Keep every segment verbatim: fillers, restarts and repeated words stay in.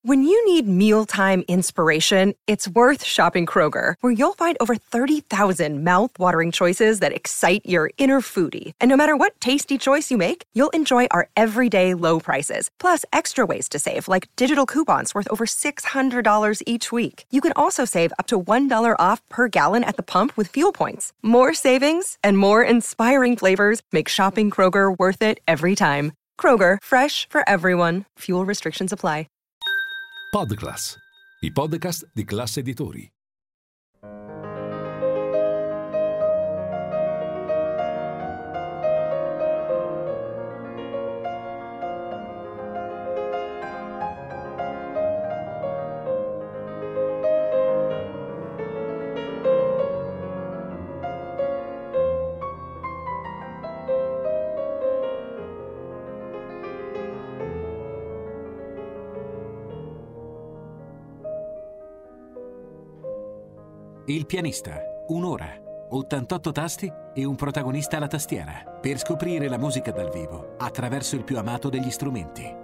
When you need mealtime inspiration, it's worth shopping Kroger, where you'll find over thirty thousand mouth-watering choices that excite your inner foodie. And no matter what tasty choice you make, you'll enjoy our everyday low prices, plus extra ways to save, like digital coupons worth over six hundred dollars each week. You can also save up to one dollar off per gallon at the pump with fuel points. More savings and more inspiring flavors make shopping Kroger worth it every time. Kroger, fresh for everyone. Fuel restrictions apply. Podclass, i podcast di Class Editori. Il pianista, un'ora, ottantotto tasti e un protagonista alla tastiera, per scoprire la musica dal vivo attraverso il più amato degli strumenti.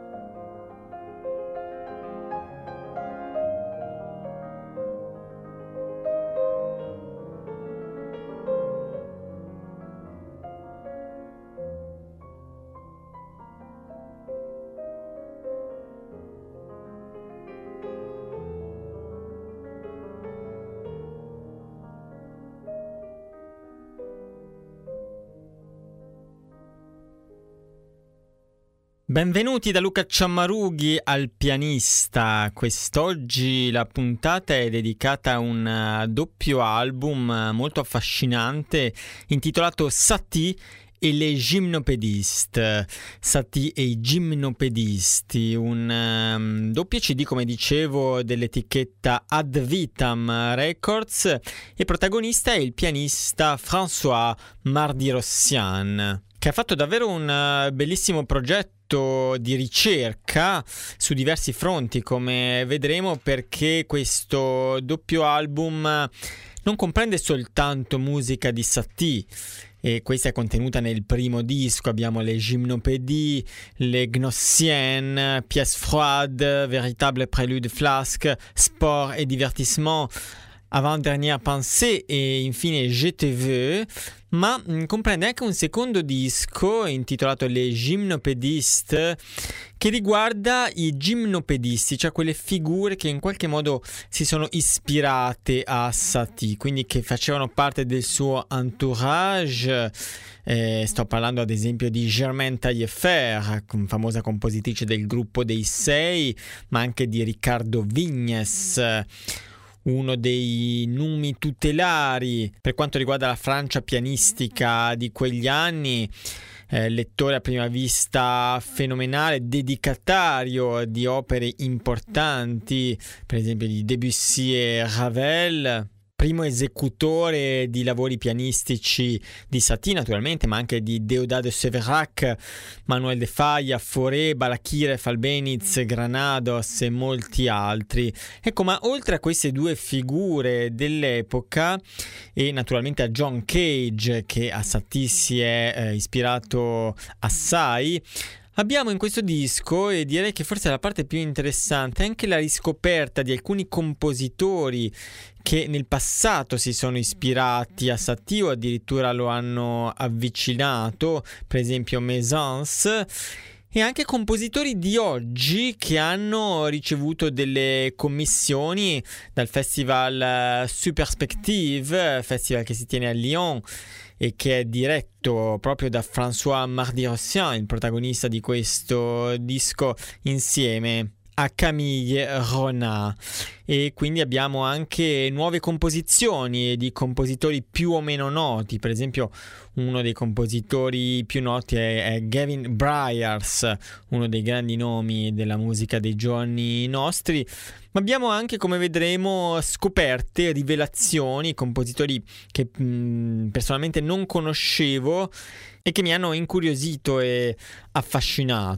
Benvenuti da Luca Ciammarughi al pianista. Quest'oggi la puntata è dedicata a un doppio album molto affascinante intitolato Satie e les gymnopédistes. Satie e i gimnopedisti, un um, doppio C D, come dicevo, dell'etichetta Ad Vitam Records, e protagonista è il pianista François Mardi-Rossian, che ha fatto davvero un uh, bellissimo progetto di ricerca su diversi fronti, come vedremo, perché questo doppio album non comprende soltanto musica di Satie, e questa è contenuta nel primo disco. Abbiamo le Gymnopédies, le Gnossiennes, Pièces froides, Véritable prélude flasque, Sport et divertissement, Avant-dernière pensée e infine Je te veux, ma mh, comprende anche un secondo disco intitolato Les Gymnopédistes, che riguarda i gimnopedisti, cioè quelle figure che in qualche modo si sono ispirate a Satie, quindi che facevano parte del suo entourage. Eh, sto parlando ad esempio di Germaine Taillefer, famosa compositrice del gruppo dei Sei, ma anche di Ricardo Vignes, uno dei numi tutelari per quanto riguarda la Francia pianistica di quegli anni, eh, lettore a prima vista fenomenale, dedicatario di opere importanti, per esempio di Debussy e Ravel, primo esecutore di lavori pianistici di Satie naturalmente, ma anche di Déodat de Séverac, Manuel de Falla, Fauré, Balakirev, Albéniz, Granados e molti altri. Ecco, ma oltre a queste due figure dell'epoca e naturalmente a John Cage, che a Satie si è eh, ispirato assai, abbiamo in questo disco, e direi che forse è la parte più interessante, anche la riscoperta di alcuni compositori che nel passato si sono ispirati a Satie o addirittura lo hanno avvicinato, per esempio Mézens, e anche compositori di oggi che hanno ricevuto delle commissioni dal festival Superspective, festival che si tiene a Lyon e che è diretto proprio da François Mardi-Rossian, il protagonista di questo disco, insieme a Camille Ronat. E quindi abbiamo anche nuove composizioni di compositori più o meno noti. Per esempio uno dei compositori più noti è, è Gavin Bryars, uno dei grandi nomi della musica dei giorni nostri. Ma abbiamo anche, come vedremo, scoperte, rivelazioni, compositori che mh, personalmente non conoscevo e che mi hanno incuriosito e affascinato.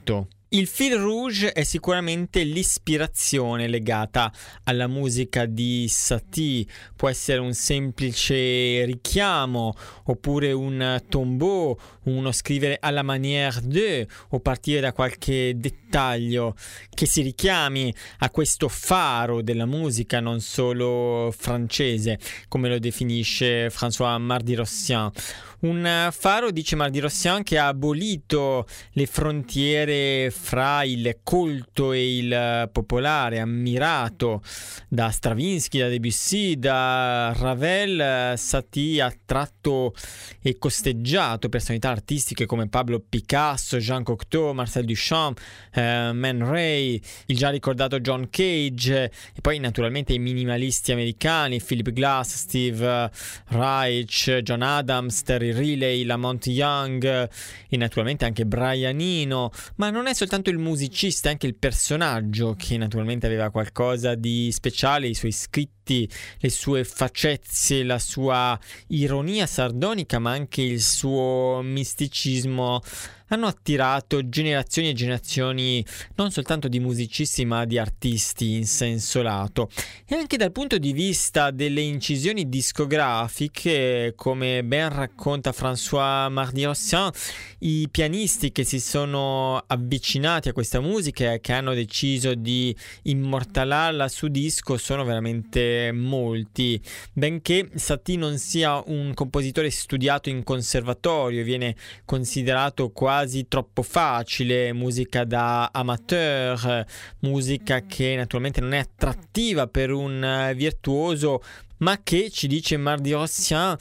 Il fil rouge è sicuramente l'ispirazione legata alla musica di Satie. Può essere un semplice richiamo, oppure un tombeau, uno scrivere alla manière de, o partire da qualche dettaglio che si richiami a questo faro della musica non solo francese, come lo definisce François Mardy-Rossian. Un faro, dice Mardy-Rossian, che ha abolito le frontiere fra il colto e il popolare, ammirato da Stravinsky, da Debussy, da Ravel. Satie ha tratto e costeggiato personalità artistiche come Pablo Picasso, Jean Cocteau, Marcel Duchamp, eh, Man Ray, il già ricordato John Cage, e poi naturalmente i minimalisti americani, Philip Glass, Steve Reich, John Adams, Terry Riley, Lamont Young e naturalmente anche Brian Eno. Ma non è soltanto il musicista, è anche il personaggio che naturalmente aveva qualcosa di speciale, i suoi scritti, le sue facezie, la sua ironia sardonica, ma anche il suo misticismo hanno attirato generazioni e generazioni non soltanto di musicisti ma di artisti in senso lato. E anche dal punto di vista delle incisioni discografiche, come ben racconta François Mardy-Rossian, i pianisti che si sono avvicinati a questa musica e che hanno deciso di immortalarla su disco sono veramente molti. Benché Satie non sia un compositore studiato in conservatorio, viene considerato quasi quasi troppo facile, musica da amateur, musica che naturalmente non è attrattiva per un virtuoso, ma che, ci dice Mardy-Rossian,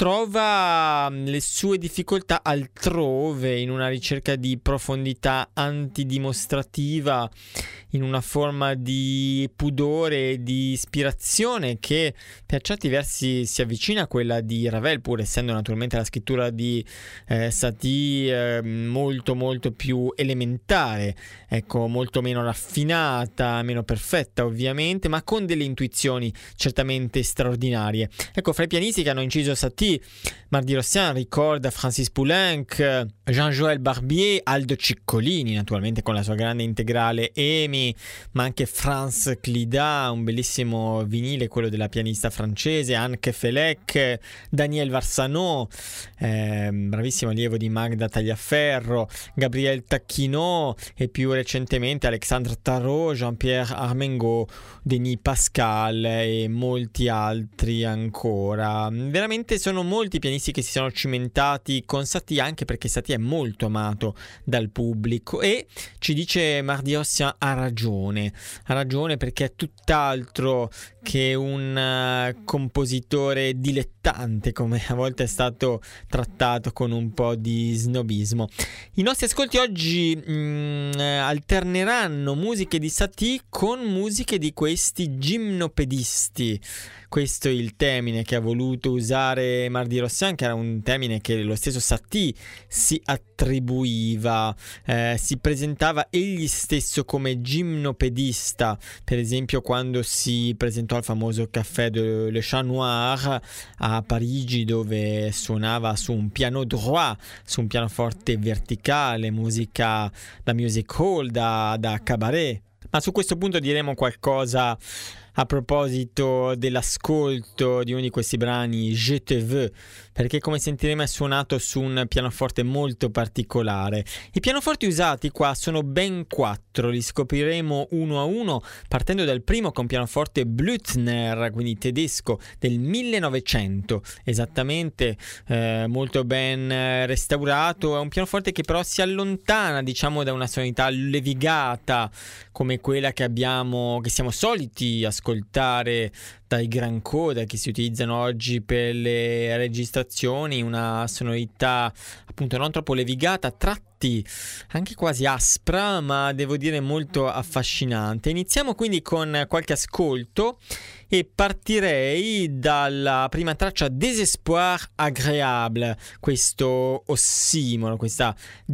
trova le sue difficoltà altrove, in una ricerca di profondità antidimostrativa, in una forma di pudore e di ispirazione che per certi versi si avvicina a quella di Ravel, pur essendo naturalmente la scrittura di eh, Satie eh, molto molto più elementare, ecco, molto meno raffinata, meno perfetta ovviamente, ma con delle intuizioni certamente straordinarie. Ecco, fra i pianisti che hanno inciso Satie, Mardy-Rossian ricorda Francis Poulenc, Jean-Joël Barbier, Aldo Ciccolini, naturalmente con la sua grande integrale EMI, ma anche Franz Clida, un bellissimo vinile, quello della pianista francese, Anne Kefelec, Daniel Varsano, eh, bravissimo allievo di Magda Tagliaferro, Gabriel Tacchino e più recentemente Alexandre Tarot, Jean-Pierre Armengaud, Denis Pascal e molti altri ancora. Veramente sono molti i pianisti che si sono cimentati con Satie, anche perché Satie è molto amato dal pubblico e, ci dice Mardy-Rossian, ha ragione, ha ragione perché è tutt'altro che un uh, compositore dilettante, come a volte è stato trattato con un po' di snobismo. I nostri ascolti oggi mh, alterneranno musiche di Satie con musiche di questi gimnopedisti. Questo è il termine che ha voluto usare Mardy-Rossian, che era un termine che lo stesso Satie si attribuiva, eh, si presentava egli stesso come gimnopedista, per esempio quando si presentò al famoso Café de Le Chat Noir a Parigi, dove suonava su un piano droit, su un pianoforte verticale, musica da music hall, da, da cabaret. Ma su questo punto diremo qualcosa a proposito dell'ascolto di uno di questi brani, Je te veux, perché come sentiremo è suonato su un pianoforte molto particolare. I pianoforti usati qua sono ben quattro, li scopriremo uno a uno, partendo dal primo con pianoforte Blüthner, quindi tedesco, del millenovecento, esattamente, eh, molto ben restaurato. È un pianoforte che però si allontana, diciamo, da una sonorità levigata come quella che abbiamo, che siamo soliti ascoltare dai gran coda che si utilizzano oggi per le registrazioni, una sonorità appunto non troppo levigata, tratti anche quasi aspra, ma devo dire molto affascinante. Iniziamo quindi con qualche ascolto e partirei dalla prima traccia, Désespoir agréable, questo ossimoro, questa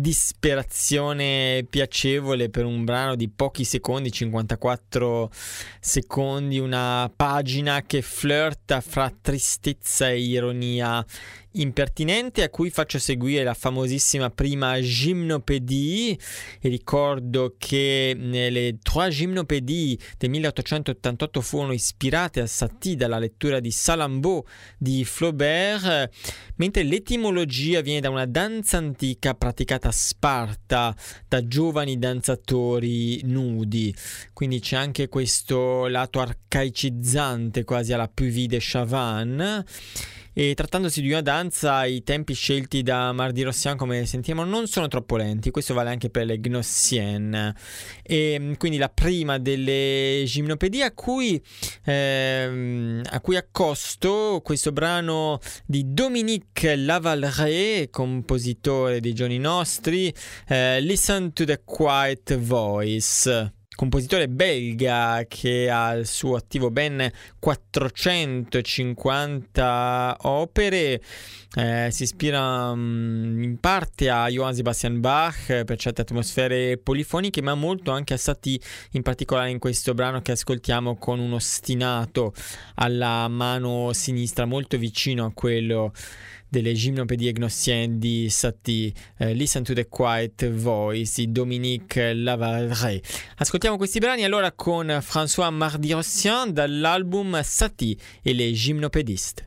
disperazione piacevole per un brano di pochi secondi, cinquantaquattro secondi, una pagina pagina che flirta fra tristezza e ironia impertinente, a cui faccio seguire la famosissima prima Gymnopédie, e ricordo che le Trois Gymnopédies del milleottocentottantotto furono ispirate a Satie dalla lettura di Salammbô di Flaubert, mentre l'etimologia viene da una danza antica praticata a Sparta da giovani danzatori nudi, quindi c'è anche questo lato arcaicizzante quasi alla Puvis de Chavannes. E trattandosi di una danza, i tempi scelti da Mardi-Rossian, come sentiamo, non sono troppo lenti. Questo vale anche per le Gnossiennes. E quindi la prima delle Gymnopédies, a cui ehm, a cui accosto questo brano di Dominique Lavalré, compositore dei giorni nostri, eh, Listen to the Quiet Voice, compositore belga che ha al suo attivo ben quattrocentocinquanta opere. Eh, si ispira um, in parte a Johann Sebastian Bach per certe atmosfere polifoniche, ma molto anche a Satie, in particolare in questo brano che ascoltiamo con un ostinato alla mano sinistra molto vicino a quello delle Gymnopédies Gnossiennes di Satie. eh, Listen to the Quiet Voice di Dominique Lavalré. Ascoltiamo questi brani allora con François Mardi-Rossian dall'album Satie et les Gymnopédistes.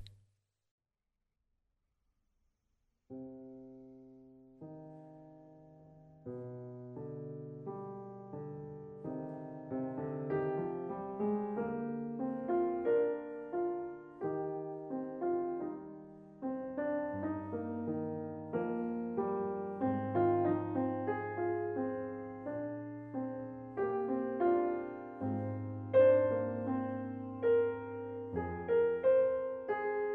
Thank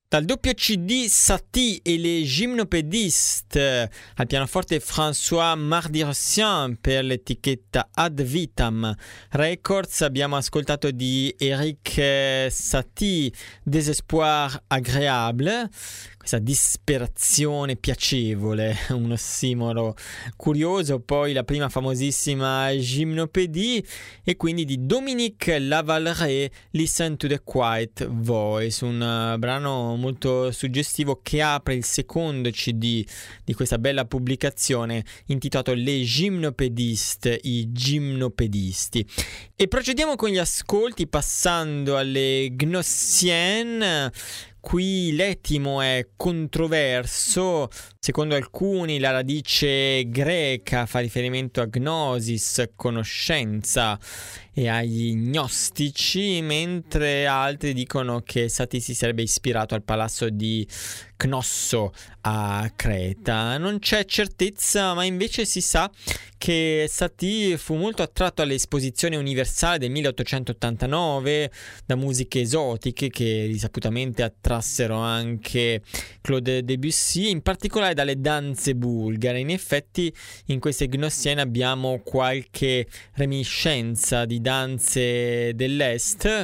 Dal doppio C D Satie e les Gymnopédistes, al pianoforte François Mardirossian per l'etichetta Ad Vitam Records, abbiamo ascoltato di Eric Satie Désespoir agréable, questa disperazione piacevole, un ossimoro curioso, poi la prima famosissima Gymnopédie, e quindi di Dominique Lavallerie Listen to the Quiet Voice, un uh, brano molto suggestivo che apre il secondo C D di questa bella pubblicazione intitolato Les Gymnopédistes, i gimnopedisti. E procediamo con gli ascolti passando alle Gnossiennes. Qui l'etimo è controverso, secondo alcuni la radice greca fa riferimento a gnosis, conoscenza, e agli gnostici, mentre altri dicono che Satie si sarebbe ispirato al palazzo di Cnosso a Creta. Non c'è certezza, ma invece si sa che Satie fu molto attratto all'Esposizione Universale del milleottocentottantanove da musiche esotiche che risaputamente attrassero anche Claude Debussy, in particolare dalle danze bulgare. In effetti in queste Gnossiennes abbiamo qualche reminiscenza di danze dell'Est,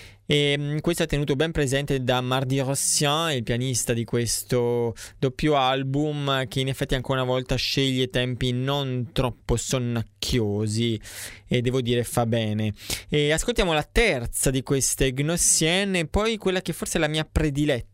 e questo è tenuto ben presente da Mardirossian, il pianista di questo doppio album, che in effetti ancora una volta sceglie tempi non troppo sonnacchiosi e devo dire fa bene. E ascoltiamo la terza di queste Gnossiennes e poi quella che forse è la mia prediletta,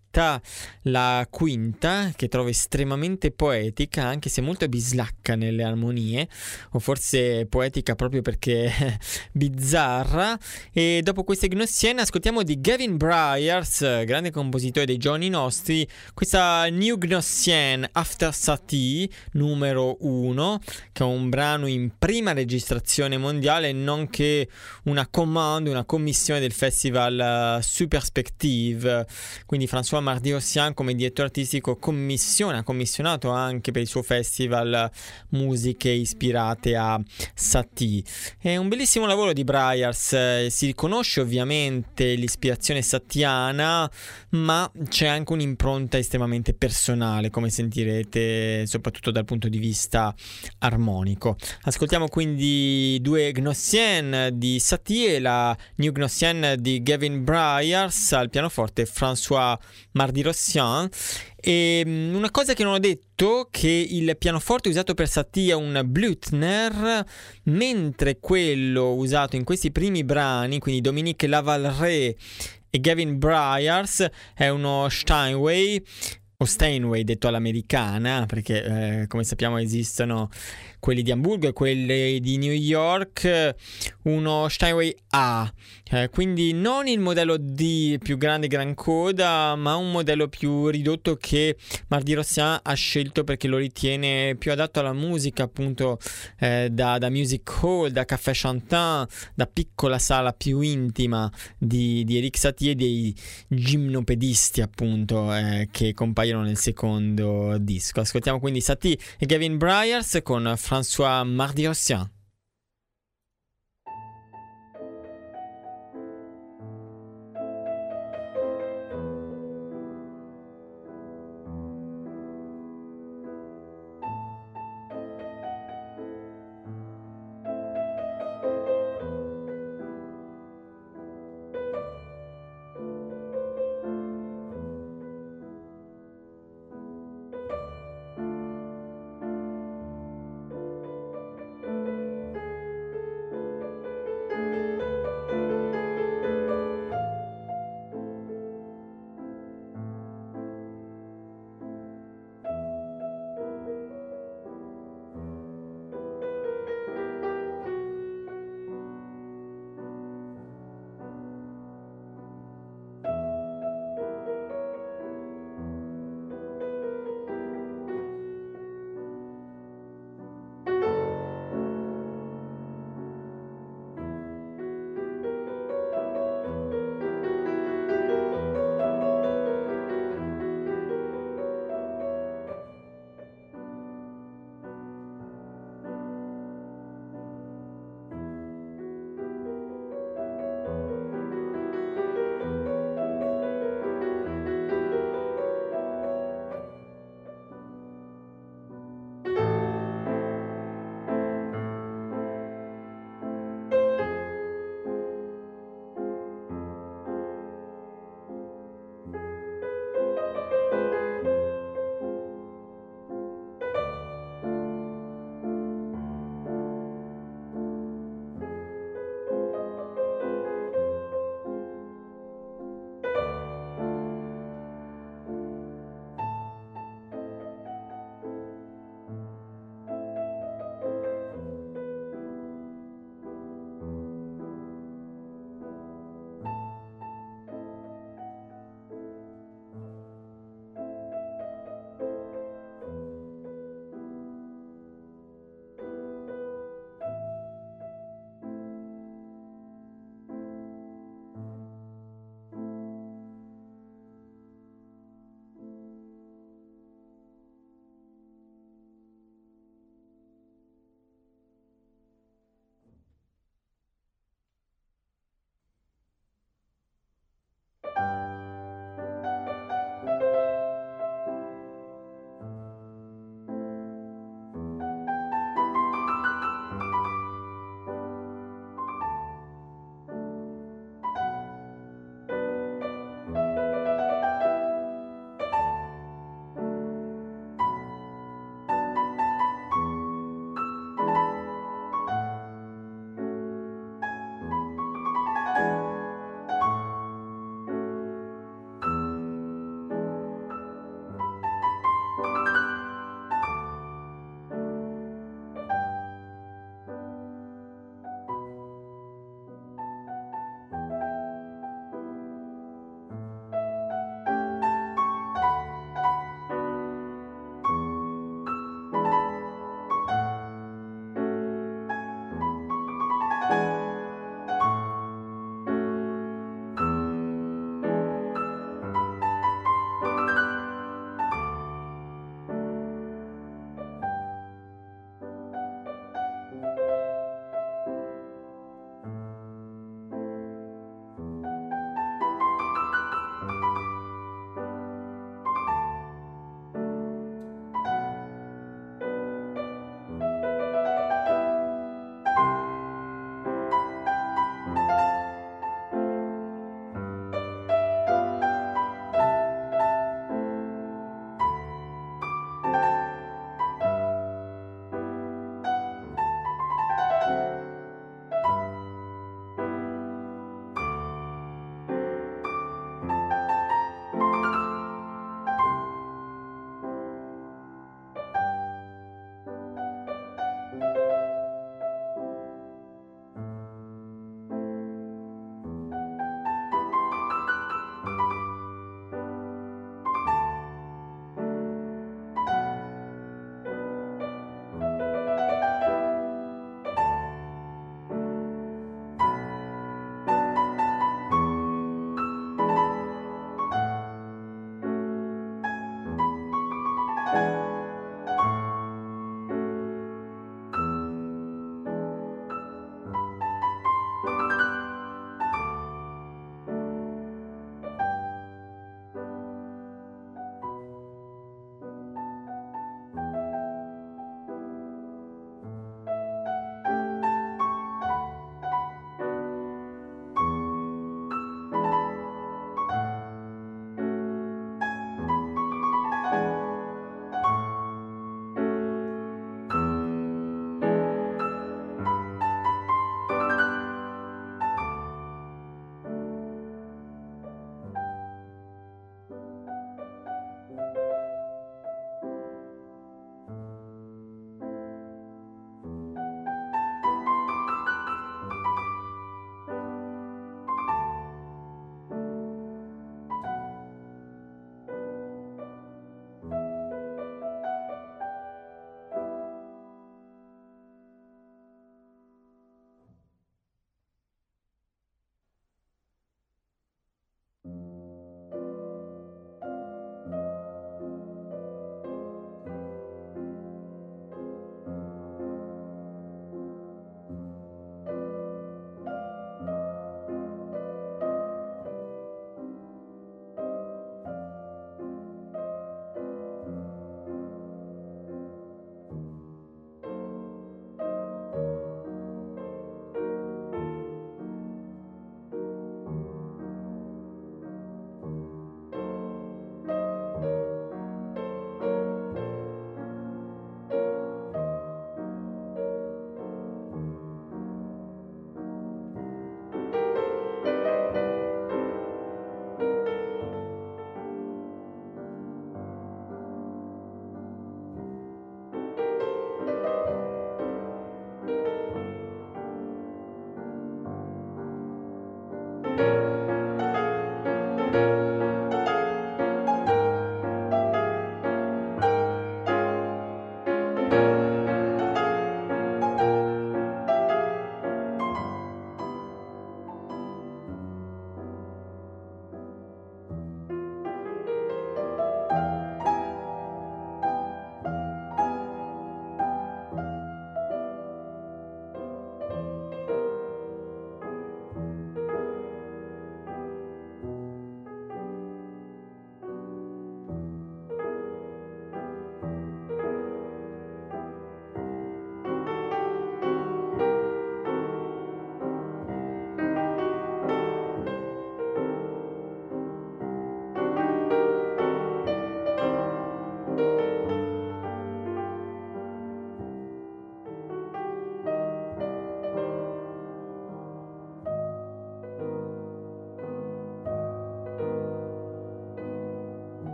la quinta, che trovo estremamente poetica, anche se molto bislacca nelle armonie, o forse poetica proprio perché bizzarra. E dopo queste Gnossiennes ascoltiamo di Gavin Bryars, grande compositore dei giorni nostri, questa New Gnossienne After Satie numero uno, che è un brano in prima registrazione mondiale, nonché una commande, una commissione del festival Superspective. Quindi François Mardirossian come direttore artistico commissiona, ha commissionato anche per il suo festival musiche ispirate a Satie. È un bellissimo lavoro di Bryars, si riconosce ovviamente l'ispirazione sattiana, ma c'è anche un'impronta estremamente personale, come sentirete, soprattutto dal punto di vista armonico. Ascoltiamo quindi due Gnossiennes di Satie e la New Gnossienne di Gavin Bryars, al pianoforte François Mardirossian. E una cosa che non ho detto, che il pianoforte usato per Satie è un Blüthner, mentre quello usato in questi primi brani, quindi Dominique Lavallerie e Gavin Bryars, è uno Steinway, o Steinway detto all'americana, perché eh, come sappiamo esistono quelli di Amburgo e quelli di New York, uno Steinway A, eh, quindi non il modello D più grande gran coda, ma un modello più ridotto che Mardirossian ha scelto perché lo ritiene più adatto alla musica, appunto eh, da, da music hall, da café chantant, da piccola sala più intima di, di Eric Satie e dei gimnopedisti, appunto, eh, che compaiono nel secondo disco. Ascoltiamo quindi Satie e Gavin Bryars con François Mardirossian.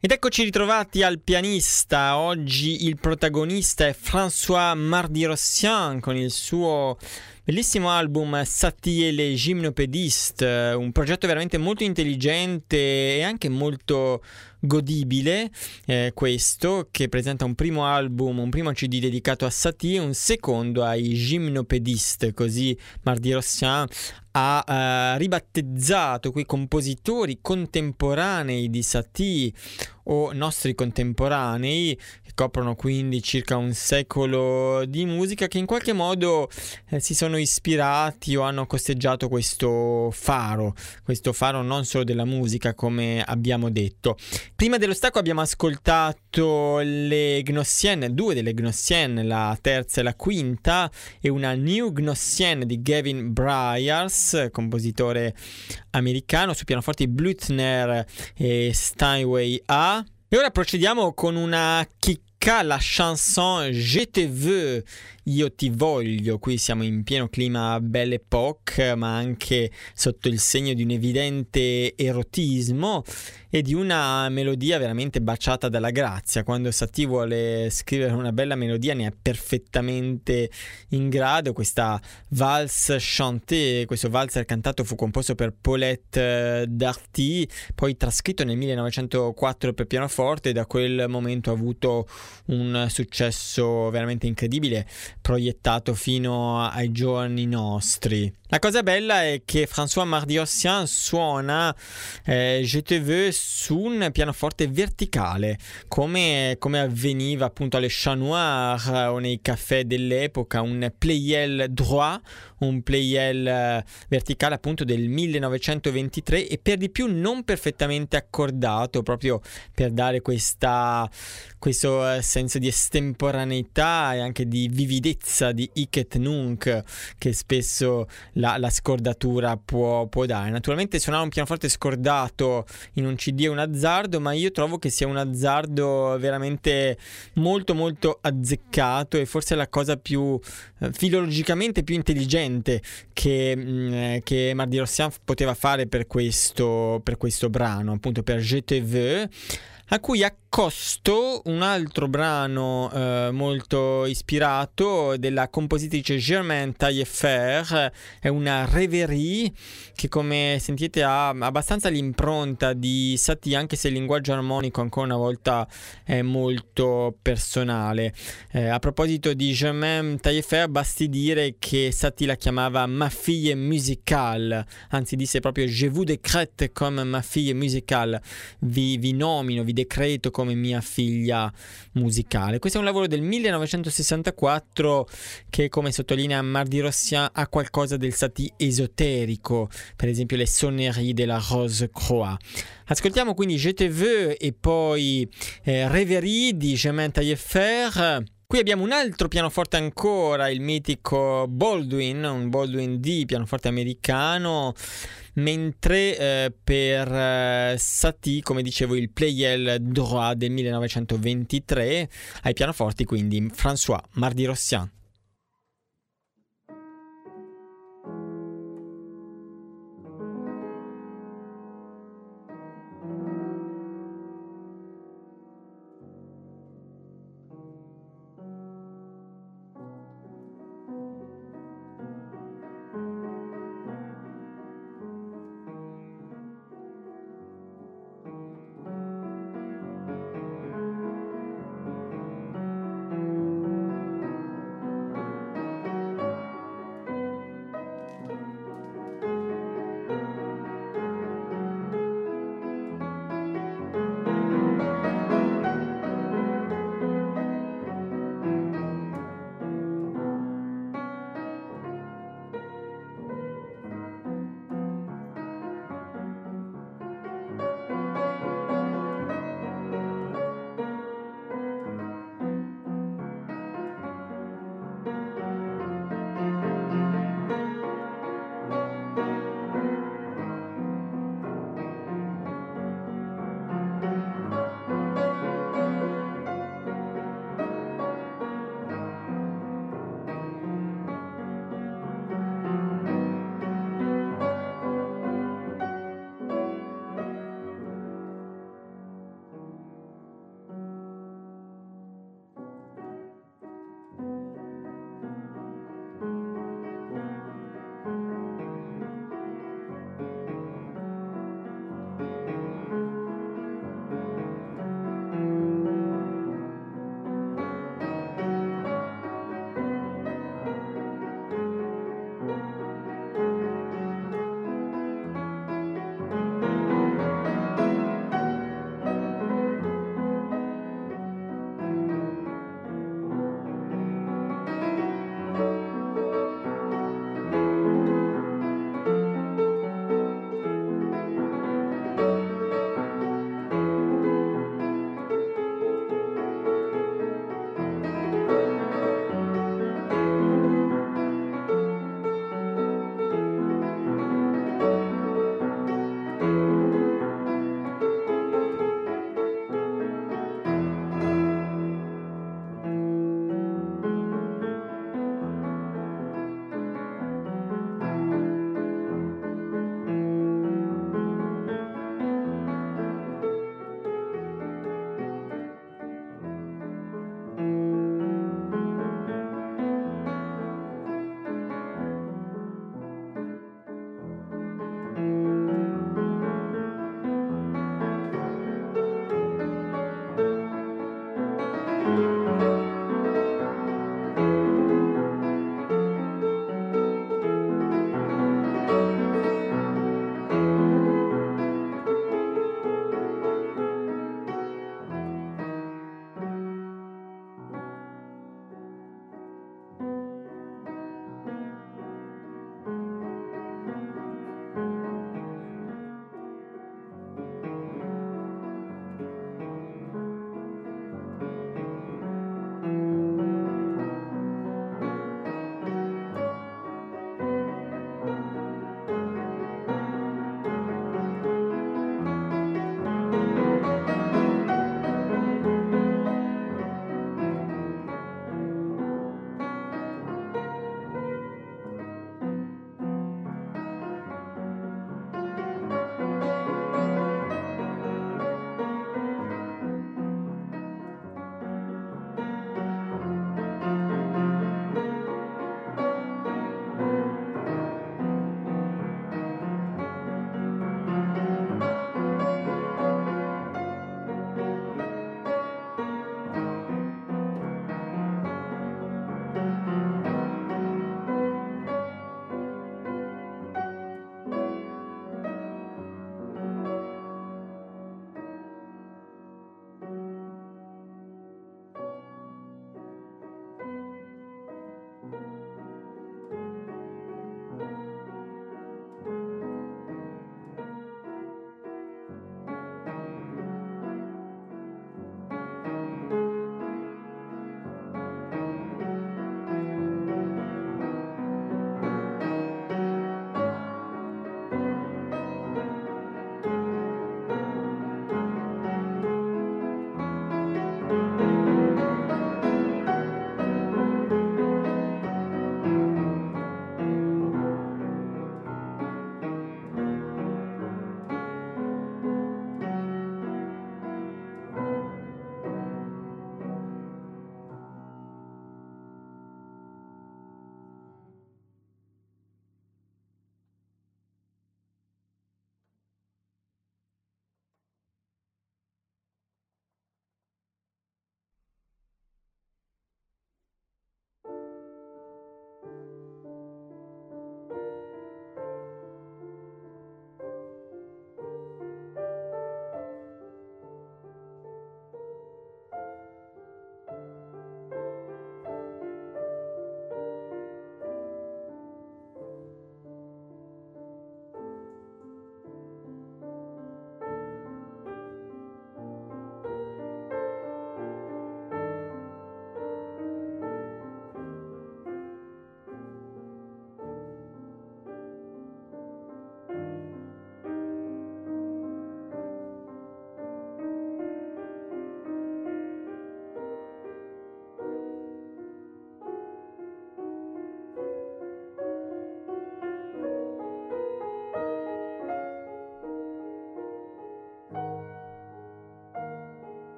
Ed eccoci ritrovati al pianista. Oggi il protagonista è François Mardi-Rossian con il suo bellissimo album Satie et les Gymnopédistes, un progetto veramente molto intelligente e anche molto godibile, eh, questo, che presenta un primo album, un primo C D dedicato a Satie e un secondo ai Gymnopédistes, così Mardi-Rossian ha eh, ribattezzato quei compositori contemporanei di Satie o nostri contemporanei, che coprono quindi circa un secolo di musica, che in qualche modo eh, si sono ispirati o hanno costeggiato questo faro, questo faro non solo della musica, come abbiamo detto. Prima dello stacco abbiamo ascoltato le Gnossienne, due delle Gnossienne, la terza e la quinta, e una New Gnossienne di Gavin Bryars, compositore americano, su pianoforti Blüthner e Steinway A. E ora procediamo con una chicca, la chanson Je te veux, io ti voglio. Qui siamo in pieno clima Belle Époque, ma anche sotto il segno di un evidente erotismo e di una melodia veramente baciata dalla grazia. Quando Satie vuole scrivere una bella melodia ne è perfettamente in grado. Questa valse chantée, questo valzer cantato fu composto per Paulette Darty, poi trascritto nel millenovecentoquattro per pianoforte, e da quel momento ha avuto un successo veramente incredibile, proiettato fino ai giorni nostri. La cosa bella è che François Mardi-Rossian suona eh, Je te veux su un pianoforte verticale, come, come avveniva appunto alle Chat Noir o nei caffè dell'epoca, un pleyel droit, un pleyel verticale appunto del millenovecentoventitré, e per di più non perfettamente accordato, proprio per dare questa, questo senso di estemporaneità e anche di vividezza, di hic et nunc, che spesso la, la scordatura può, può dare. Naturalmente suonare un pianoforte scordato in un C D è un azzardo, ma io trovo che sia un azzardo veramente molto molto azzeccato, e forse la cosa più eh, filologicamente più intelligente che, mh, che Mardi-Rossian poteva fare per questo, per questo brano, appunto per Je te veux, a cui accosto un altro brano eh, molto ispirato della compositrice Germaine Taillefer. È una Rêverie che, come sentite, ha abbastanza l'impronta di Satie, anche se il linguaggio armonico ancora una volta è molto personale. Eh, a proposito di Germaine Taillefer, basti dire che Satie la chiamava ma fille musicale, anzi disse proprio Je vous décrète comme ma fille musicale, vi, vi nomino, vi decreto come mia figlia musicale. Questo è un lavoro del millenovecentosessantaquattro che, come sottolinea Mardi-Rossian, ha qualcosa del Satie esoterico, per esempio le Sonneries de la Rose Croix. Ascoltiamo quindi Je te veux e poi eh, Rêverie di Germaine Taillefer. Qui abbiamo un altro pianoforte ancora, il mitico Baldwin, un Baldwin D, pianoforte americano, mentre eh, per eh, Satie, come dicevo, il pleyel droit del millenovecentoventitré, ai pianoforti quindi François Mardi-Rossian.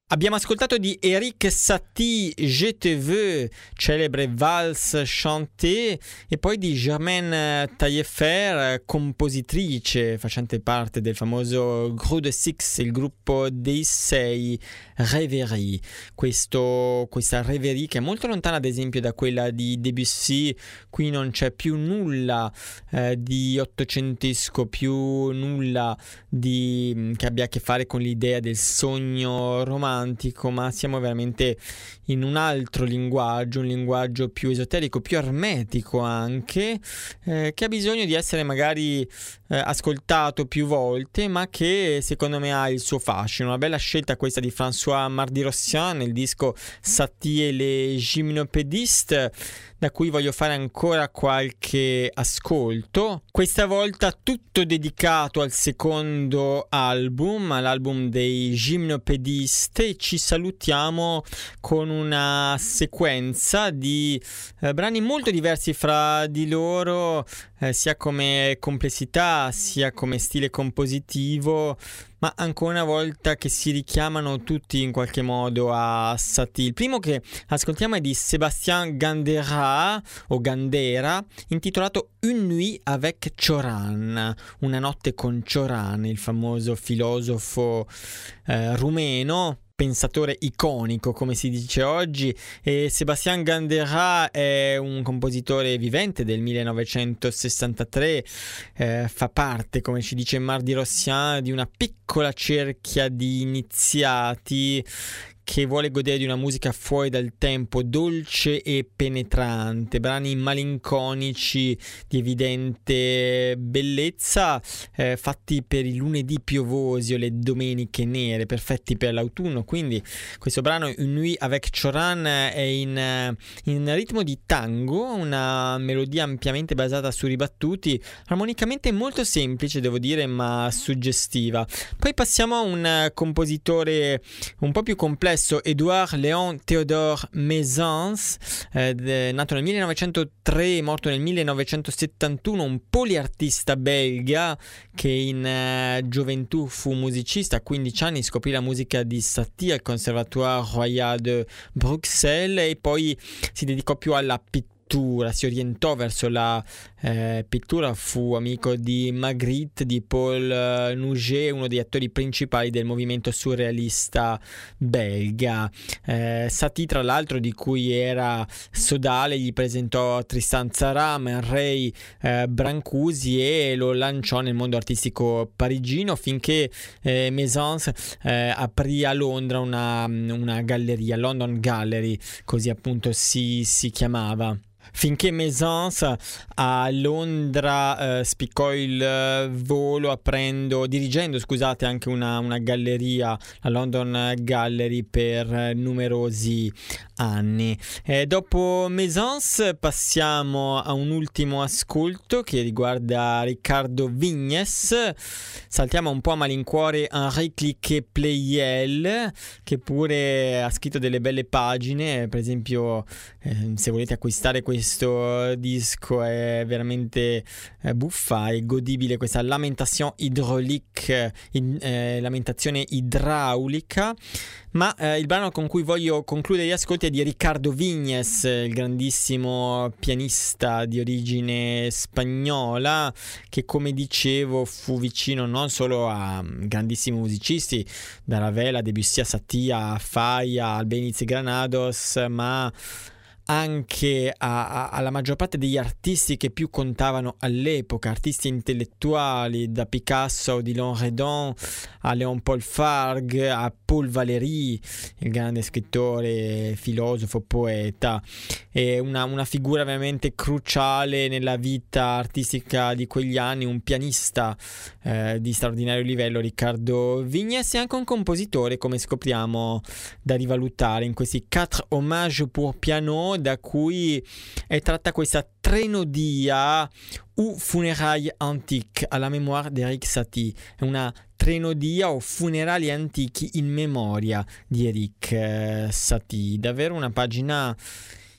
Abbiamo ascoltato di Erik Satie Je te veux, celebre valse chanté, e poi di Germaine Taillefer, compositrice facente parte del famoso Groupe de Six, il gruppo dei sei, Rêverie. Questo, questa Rêverie che è molto lontana ad esempio da quella di Debussy. Qui non c'è più nulla eh, di ottocentesco, più nulla di, che abbia a che fare con l'idea del sogno romantico, ma siamo veramente in un altro linguaggio, un linguaggio più esoterico, più ermetico anche, eh, che ha bisogno di essere magari eh, ascoltato più volte, ma che secondo me ha il suo fascino. Una bella scelta questa di François Mardi-Rossian nel disco Satie et les Gymnopédistes, da cui voglio fare ancora qualche ascolto, questa volta tutto dedicato al secondo album, all'album dei Gymnopédistes, e ci salutiamo con una sequenza di eh, brani molto diversi fra di loro, eh, sia come complessità sia come stile compositivo, ma ancora una volta che si richiamano tutti in qualche modo a Satie. Il primo che ascoltiamo è di Sébastien Gandera o Gandera, intitolato Une nuit avec Cioran, una notte con Cioran, il famoso filosofo eh, rumeno, pensatore iconico come si dice oggi. E Sébastien Gandera è un compositore vivente del millenovecentosessantatré, eh, fa parte, come ci dice Mardi-Rossian, di una piccola cerchia di iniziati che vuole godere di una musica fuori dal tempo, dolce e penetrante, brani malinconici di evidente bellezza, eh, fatti per i lunedì piovosi o le domeniche nere, perfetti per l'autunno. Quindi questo brano Une nuit avec Cioran è in, in ritmo di tango, una melodia ampiamente basata su ribattuti, armonicamente molto semplice devo dire, ma suggestiva. Poi passiamo a un compositore un po' più complesso, Édouard Léon Théodore Mézens, eh, de, nato nel millenovecentotre, morto nel millenovecentosettantuno, un poliartista belga che in eh, gioventù fu musicista. A quindici anni scoprì la musica di Satie al Conservatoire Royal de Bruxelles e poi si dedicò più alla pittura. Si orientò verso la eh, pittura, fu amico di Magritte, di Paul eh, Nouget, uno degli attori principali del movimento surrealista belga. eh, Satie, tra l'altro, di cui era sodale, gli presentò Tristan Tzara, Man Ray, eh, Brancusi, e lo lanciò nel mondo artistico parigino finché eh, Mézens eh, aprì a Londra una, una galleria, London Gallery, così appunto si, si chiamava. Finché Mézens a Londra eh, spiccò il eh, volo aprendo, dirigendo scusate anche una, una galleria, la London Gallery, per eh, numerosi anni. Eh, dopo Mézens passiamo a un ultimo ascolto che riguarda Riccardo Vignes. Saltiamo un po' a malincuore Henri Cliquet-Pleyel, che pure ha scritto delle belle pagine, per esempio eh, se volete acquistare questo Questo disco è veramente eh, buffa e godibile, questa Lamentation hydraulique, in, eh, lamentazione idraulica. Ma eh, il brano con cui voglio concludere gli ascolti è di Riccardo Vignes, il grandissimo pianista di origine spagnola, che, come dicevo, fu vicino non solo a grandissimi musicisti, da Ravel a Debussy a Satie a Falla, Albéniz e Granados, ma anche a, a, alla maggior parte degli artisti che più contavano all'epoca, artisti intellettuali, da Picasso a Odilon Redon a Léon Paul Fargue a Paul Valéry, il grande scrittore, filosofo, poeta, e una, una figura veramente cruciale nella vita artistica di quegli anni, un pianista eh, di straordinario livello, Riccardo Vignes, e anche un compositore, come scopriamo, da rivalutare in questi Quatre Hommages pour Piano, da cui è tratta questa trenodia ou funérailles antiques alla mémoire d'Erik Satie. È una trenodia o funerali antichi in memoria di Erik eh, Satie. Davvero una pagina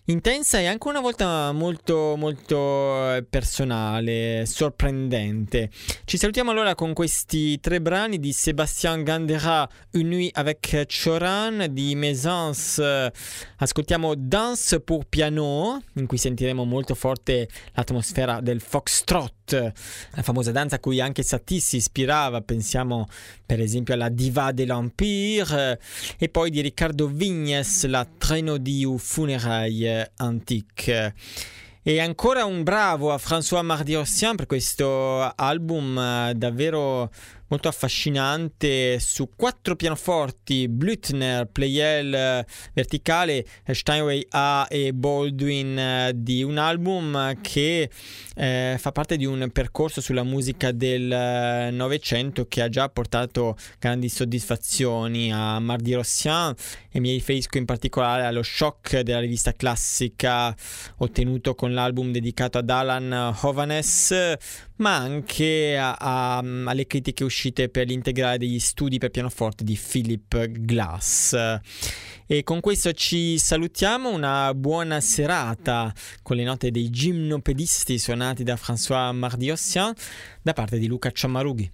intensa e anche una volta molto molto personale, sorprendente. Ci salutiamo allora con questi tre brani di Sébastien Gandera, Une nuit avec Choran, di Maisons. Ascoltiamo Danse pour piano, in cui sentiremo molto forte l'atmosfera del foxtrot, la famosa danza a cui anche Satie si ispirava, pensiamo per esempio alla Diva de l'Empire, e poi di Riccardo Vignes, la Trainodie ou Funérailles Antiques. E ancora un bravo a François Mardi-Ossian per questo album davvero molto affascinante, su quattro pianoforti, Blüthner, Pleyel verticale, Steinway A e Baldwin, di un album che eh, fa parte di un percorso sulla musica del Novecento che ha già portato grandi soddisfazioni a Mardi-Ossian, e mi riferisco in particolare allo shock della rivista classica ottenuto con l'album dedicato ad Alan Hovhaness, ma anche a, a, alle critiche uscite per l'integrale degli studi per pianoforte di Philip Glass. E con questo ci salutiamo, una buona serata con le note dei gimnopedisti suonati da François Mardi-Ossian da parte di Luca Ciammarughi.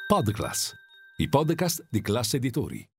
Podclass, i podcast di Classe Editori.